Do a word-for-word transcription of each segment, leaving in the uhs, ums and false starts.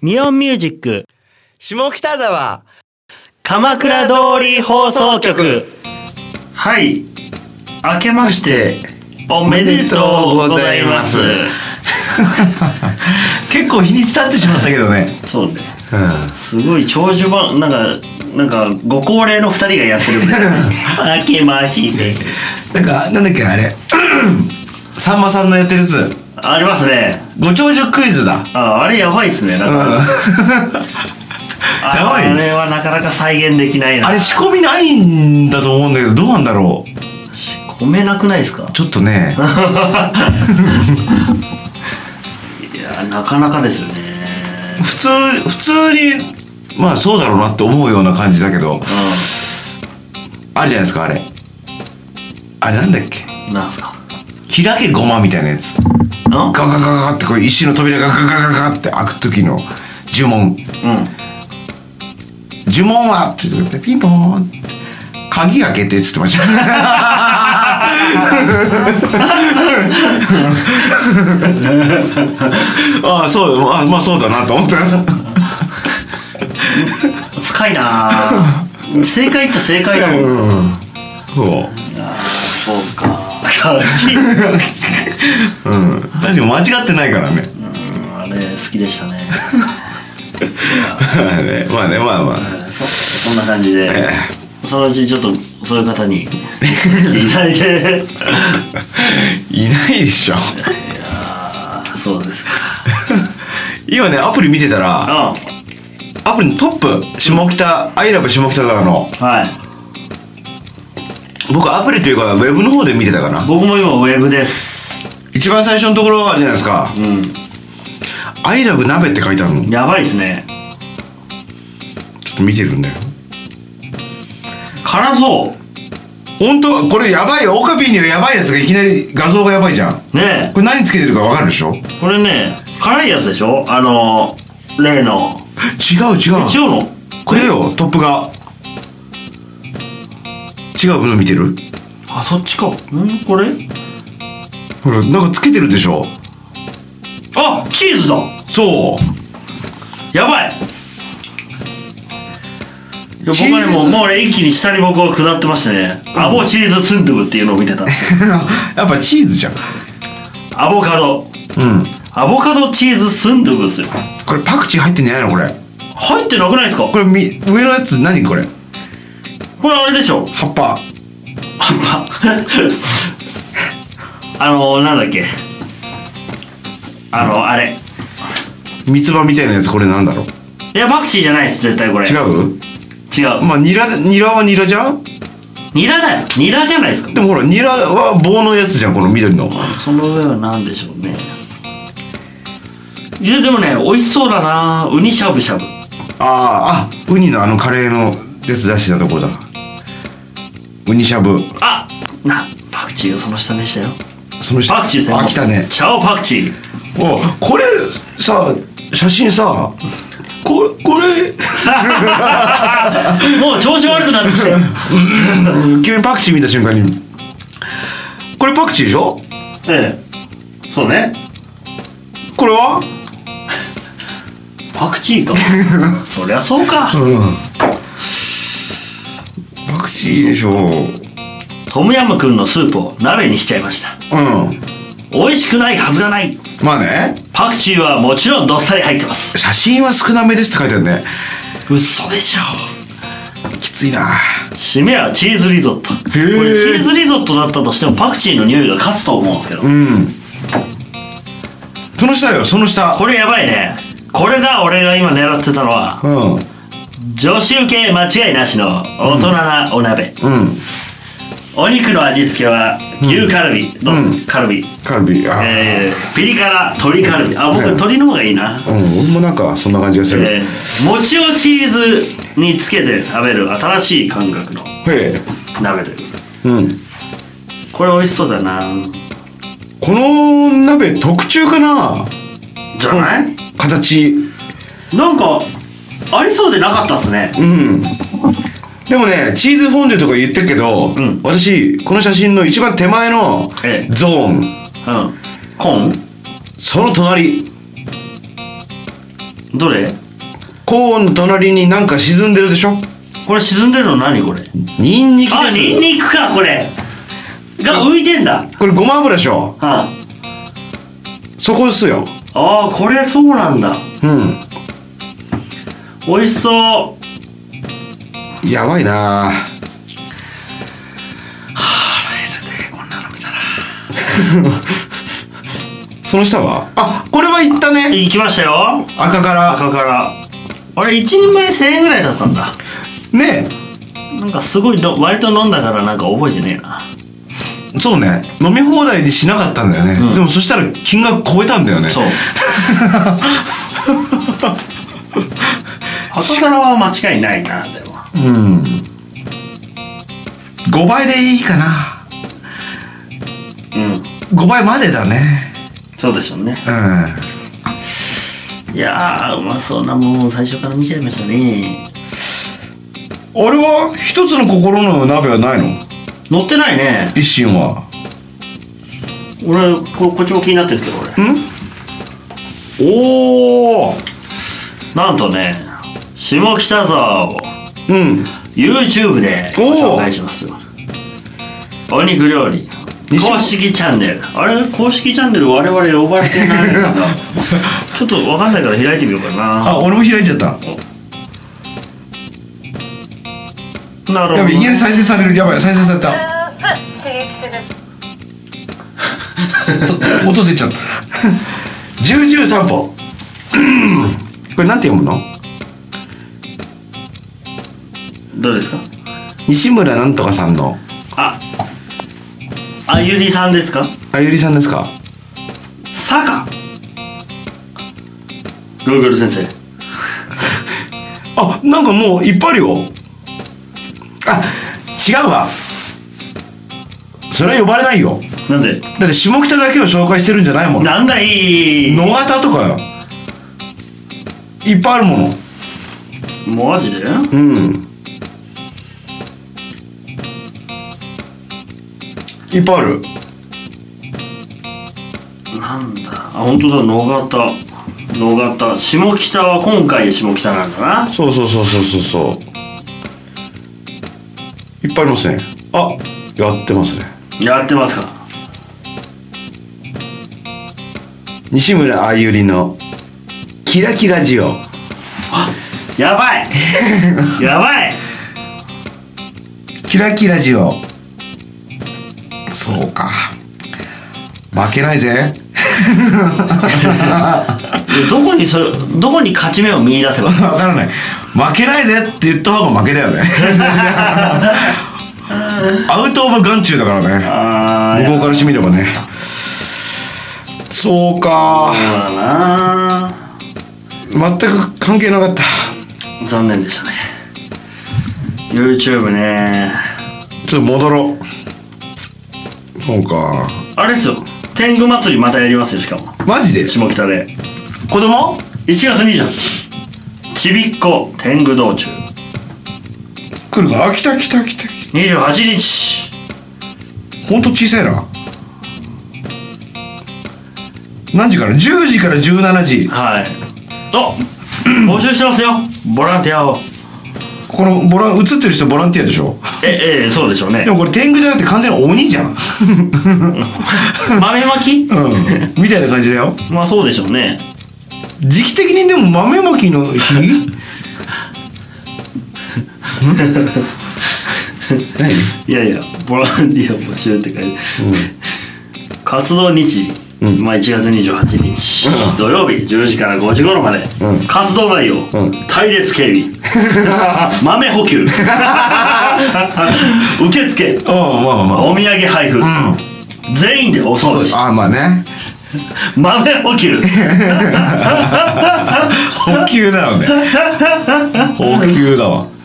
ミオンミュージック下北沢鎌倉通り放送局。 はい、明けましておめでとうございます。 結構日にち経ってしまったけどね。 そうね、 うん、 すごい長寿版、なんかなんかご高齢のふたりがやってるんで明けましてなんかなんだっけあれさんまさんのやってるやつありますね。 ご長寿クイズだ。 ああれやばいっすね。なんか、うん、やばい。あれはなかなか再現できないな。 あれ仕込みないんだと思うんだけど、どうなんだろう。 仕込めなくないですか。 ちょっとねいやなかなかですよね。 普通普通にまあそうだろうなって思うような感じだけど、うん、あるじゃないですか。あれあれなんだっけ。 なんすか。 開けごまみたいなやつ。ガガガガガってこう石の扉がガガガガガって開く時の呪文、うん、呪文はって言ってピンポーン鍵開けてっつってましたああそうだ、あまあそうだなと思った深いな。正解っちゃ正解だもん、うん、 そうそうかうん、確かに間違ってないからね。 うん、あれ好きでしたね。 まあねまあまあ、 そ, そんな感じで、えー、そのうちちょっとそういう方に聞いていただいていないでしょ。いやそうですか。 今ねアプリ見てたら、うん、アプリのトップ下北、うん、アイラブ下北沢の、はい、僕アプリというかウェブの方で見てたかな。 僕も今ウェブです。 一番最初のところあるじゃないですか、うん、アイラブ鍋って書いてあるの。 やばいですね。 ちょっと見てるんだよ。 辛そう。 本当これやばいよ。オカピーにはやばいやつがいきなり画像がやばいじゃんね。これ何つけてるか分かるでしょ。 これね辛いやつでしょ。あの例の。 違う違う違うのこれよ。トップが違うの見てる。 あそっちか。んこれほらなんかつけてるでしょ。 あチーズだ。そうやばい。いや僕はねもうもうね一気に下に僕は下ってましてね、うん、アボチーズスンドゥブっていうのを見てたんですよやっぱチーズじゃん。 アボカド。うんアボカドチーズスンドゥブですよ。 これパクチー入ってんじゃないの。これ入ってなくないですか。 これみ上のやつ何これ。 これあれでしょ。 葉っぱ葉っぱあのなんだっけあのあれ三つ葉みたいなやつ。これなんだろう。 いやパクチーじゃないです絶対これ。 違う違う。 まあニラニラはニラじゃん。 ニラだよ。ニラじゃないですか。 でもほらニラは棒のやつじゃんこの緑の。 その上は何でしょうね。いやでもね美味しそうだな。ウニしゃぶしゃぶ。 ああウニのあのカレーのやつ出してたとこだ。ウニしゃぶ。 あなパクチーがその下でしたよ。 その下パクチー。 あ来たね。 チャオパクチー。 おこれさ写真さこれこれもう調子悪くなってきて急にパクチー見た瞬間にこれパクチーでしょ。 ええそうね。 これはパクチーかそりゃそうか、うん、 パクチーでしょ。 トムヤムクンのスープを鍋にしちゃいました。うん美味しくないはずがない。 まあねパクチーはもちろんどっさり入ってます。 写真は少なめですって書いてあるね。 嘘でしょ。 きついな。 締めはチーズリゾット。これチーズリゾットだったとしてもパクチーの匂いが勝つと思うんですけど。うんその下よその下。これやばいね。これだ俺が今狙ってたのは、うん、女子受け間違いなしの大人なお鍋、うんうんお肉の味付けは牛カルビ、うん、どうぞ、うん、カルビカルビあ、 えー、ピリ辛鶏カルビ。あ僕、ね、鶏の方がいいな。 うん僕もなんかそんな感じがする、 えー、餅をチーズにつけて食べる新しい感覚の鍋という、うん、これ美味しそうだな。 この鍋特注かな。 じゃない形なんかありそうでなかったっすね。うんでもねチーズフォンデュとか言ってるけど、うん、私この写真の一番手前のゾーン、ええうん、コーンその隣どれ？ コーンの隣になんか沈んでるでしょ。 これ沈んでるの何これ？ ニンニクです。 あ、ニンニクかこれが浮いてんだ。 これごま油でしょ。 はあ、 そこですよ。 ああ、これそうなんだ。 うん。 美味しそう。 やばいな。はあ、 ライルでこんなの見たらその下は、あ、これはいったね。 行きましたよ。 赤から赤からあれいちにんまえせんえんぐらいだったんだね。 なんかすごいの割と飲んだからなんか覚えてねえな。 そうね、飲み放題にしなかったんだよね、うん、でもそしたら金額超えたんだよね。そう赤からは間違いないな。でもうんごばいでいいかな。 うんごばいまでだね。 そうでしょうね。 うん。 いやー、うまそうなもん最初から見ちゃいましたね。 あれは一つの心の鍋はないの？ 乗ってないね。 一心は。 俺 こ, こっちも気になってるんですけど俺。 ん？おお。 なんとね、下北沢を、 うん、 YouTube でご紹介しますよ。お肉料理公式チャンネル。あれ公式チャンネル我々呼ばれてないのかなちょっと分かんないから開いてみようかな。 あ、俺も開いちゃった。 なるほど。 やばい、いきなり再生される。やばい、再生された。 刺激する音出ちゃったじゅうじゅう散歩これなんて読むの？ どうですか？ 西村なんとかさんの。 あ、あゆりさんですか？ あゆりさんですか？ さか Google 先生あ、なんかもういっぱいあるよ。あ、違うわ。それは呼ばれないよ。 なんで？ だって下北だけを紹介してるんじゃないもん。 なんだい。 野方とかいっぱいあるもの。マジで？ うん。いっぱいある。 なんだ。あ、本当だ。野方。野方。下北は今回下北なんだな。 そうそうそうそうそうそう。いっぱいありますね。あ、やってますね。 やってますか。 西村あゆりのキラキラジオ。 やばいやばいキラキラジオ。そうか、負けないぜどこにそれ、どこに勝ち目を見出せば分からない。負けないぜって言った方が負けだよねアウトオブ眼中だからね、向こうからしてみればね。そうか、 そうだな、 全く関係なかった。 残念でしたね。 YouTube ね。 ちょっと戻ろう。そうか、 あれですよ、天狗祭りまたやりますよ。しかもマジで下北で子供いちがつにじゅうはちちびっこ天狗道中来るか。あ、来た来た来た来た。 にじゅうはちにち。 ほんと小さいな。何時からじゅうじからじゅうしちじ。 はい。あ、募集してますよ、ボランティアを。 このボラン映ってる人ボランティアでしょ。 ええ、そうでしょうね。 でもこれ天狗じゃなくて完全に鬼じゃん豆まきうんみたいな感じだよ。 まあそうでしょうね。 時期的にでも豆まきの日何？ いやいや、ボランティア募集って書いて、うん、活動日時、うん、まあいちがつにじゅうはちにち、うん、土曜日じゅうじからごじ頃まで、うん、活動内容、うん、隊列警備豆補給受付、 まあまあまあ、 お土産配布、うん、全員でお掃除。 あ、まあね、 豆補給補給だよね補給だわ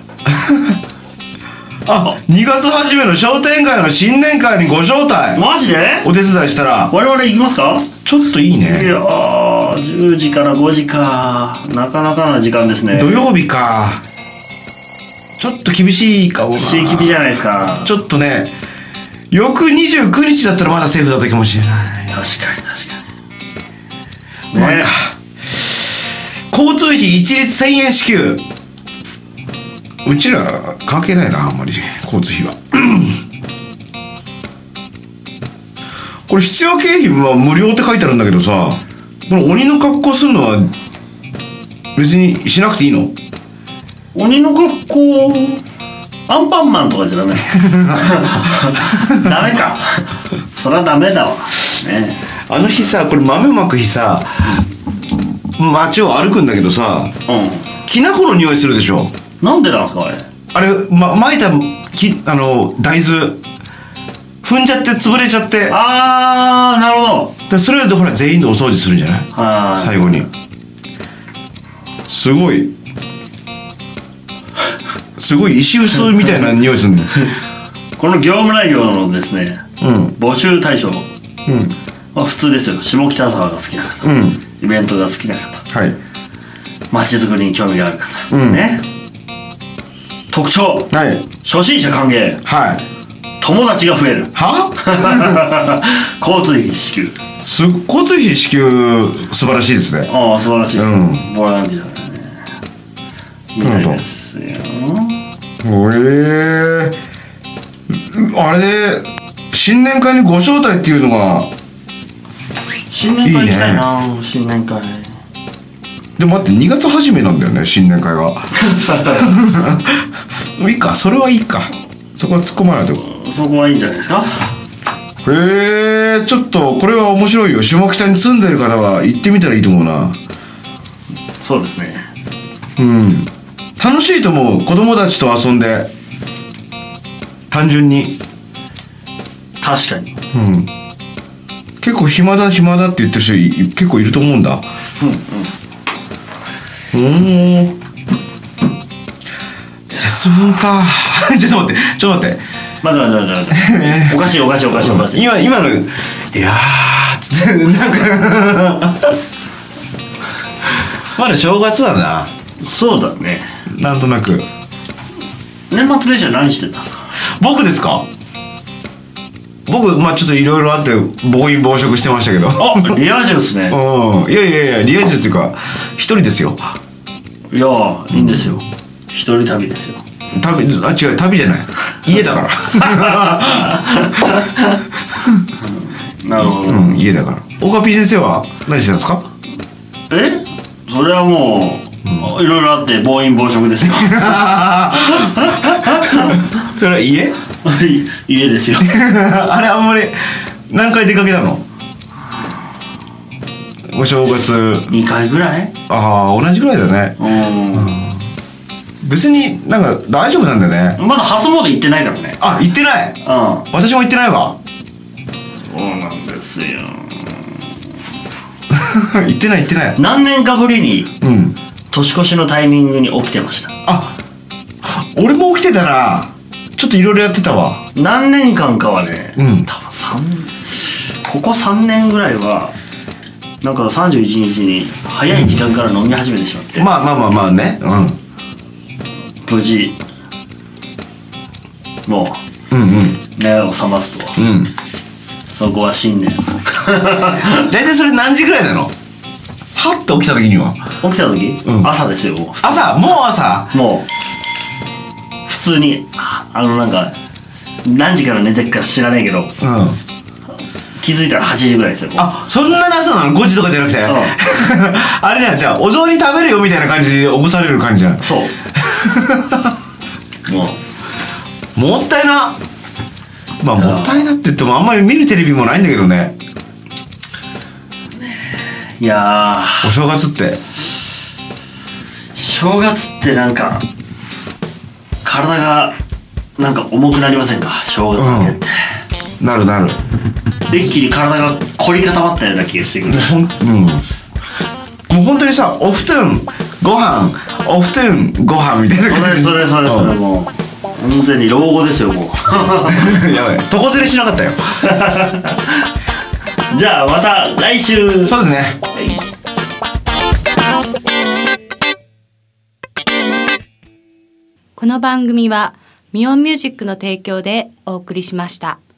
あ、にがつ初めの商店街の新年会にご招待。 マジで？ お手伝いしたら我々行きますか？ ちょっといいね。 いやー、じゅうじからごじか、なかなかな時間ですね。 土曜日か、ちょっと厳しいかもな。 しきびじゃないですか。 ちょっとね、翌にじゅうくにちだったらまだセーフだったかもしれない。 確かに確かに、 ね、まあ、 交通費一律せんえん支給。うちら関係ないな、あんまり交通費は。これ必要経費は無料って書いてあるんだけどさ、これ鬼の格好するのは別にしなくていいの？ 鬼の格好アンパンマンとかじゃダメダメか、それはダメだわ、ね、 あの日さ、これ豆まく日さ、街を歩くんだけどさ、うん、きな粉の匂いするでしょ。 なんでなんですかあれ。 あれ、ま、巻いたきあの大豆踏んじゃって潰れちゃって。 あー、なるほど。 でそれでほら全員でお掃除するんじゃない？はい、最後にすごいすごい石臼みたいな匂いするんだよこの業務内容のですね、うん、募集対象、うん、まあ、普通ですよ。下北沢が好きな方、うん、イベントが好きな方、はい、街づくりに興味がある方、うん、ね。特徴、はい、初心者歓迎、はい、友達が増える。は交通費支給。 す交通費支給素晴らしいですね。 ああ、素晴らしいです、うん、ボランティアだねみたいですよ。 えー、あれで新年会にご招待っていうのが新年会行きたいな。いいね、新年会。 でも待って、にがつ初めなんだよね、新年会がいいか、それはいいか、そこは突っ込まないと。 そこはいいんじゃないですか。 へえ、ちょっとこれは面白いよ。下北に住んでる方は行ってみたらいいと思うな。 そうですね、 うん、楽しいと思う。子供たちと遊んで、単純に。 確かに、 うん、結構暇だ暇だって言ってる人結構いると思うんだ。うんうん、うん、節分かちょっと待ってちょっと待って待って待って待っておかしいおかしいおかしいおかしい。 今今のいやーつってなんかまだ正月だな。 そうだね、 なんとなく。 年末年始は何してたんですか？ 僕ですか？僕まあちょっといろいろあって暴飲暴食してましたけど。 あ、リア充ですね。 うん、いやいやいや、リア充っていうか一人ですよ。 いやいいんですよ、うん、一人旅ですよ。 旅、あ、違う、旅じゃない、家だからなるほど、 うん、家だから。オカピ先生は何してたんですか？ え、それはもう、うん、いろいろあって暴飲暴食ですよそれは家？ 家ですよあれ、あんまり何回出かけたの？お正月にかいぐらい。 ああ、同じぐらいだね。うん、うん、別になんか大丈夫なんだよね。 まだ初詣行ってないからね。 あ、行ってない。うん、私も行ってないわ。 そうなんですよ行ってない行ってない。 何年かぶりに、うん、年越しのタイミングに起きてました。 あ、俺も起きてたな。ちょっといろいろやってたわ。 何年間かはね、うん、多分さんここさんねんぐらいはなんかさんじゅういちにちに早い時間から飲み始めてしまって、うん、 まあまあまあまあね、うん、 無事もう、うんうん、目を覚ますと、うん、そこは新年大体それ何時ぐらいなの？はっと起きた時には。 起きた時、うん、朝ですよ。 朝？もう朝？ もう普通にあのなんか何時から寝てるか知らないけど、うん、気づいたらはちじぐらいですよ。 あ、そんなに朝なの？ごじとかじゃなくて、うん、あれじゃん、じゃあお雑煮食べるよみたいな感じで起こされる感じじゃん。 そうもうもったいな。まあもったいなって言ってもあんまり見るテレビもないんだけどね。 いやー、お正月って正月ってなんか体がなんか重くなりませんか？正月明けって、 うん、なるなる。 一気に体が凝り固まったような気がしてくる。 ほん、うん、もう本当にさ、お布団ご飯お布団ご飯みたいな感じ。 それそれそれそれ、もう完全に老後ですよもうやばい、床ずれしなかったよじゃあまた来週。 そうですね、はい。 この番組はミオンミュージックの提供でお送りしました。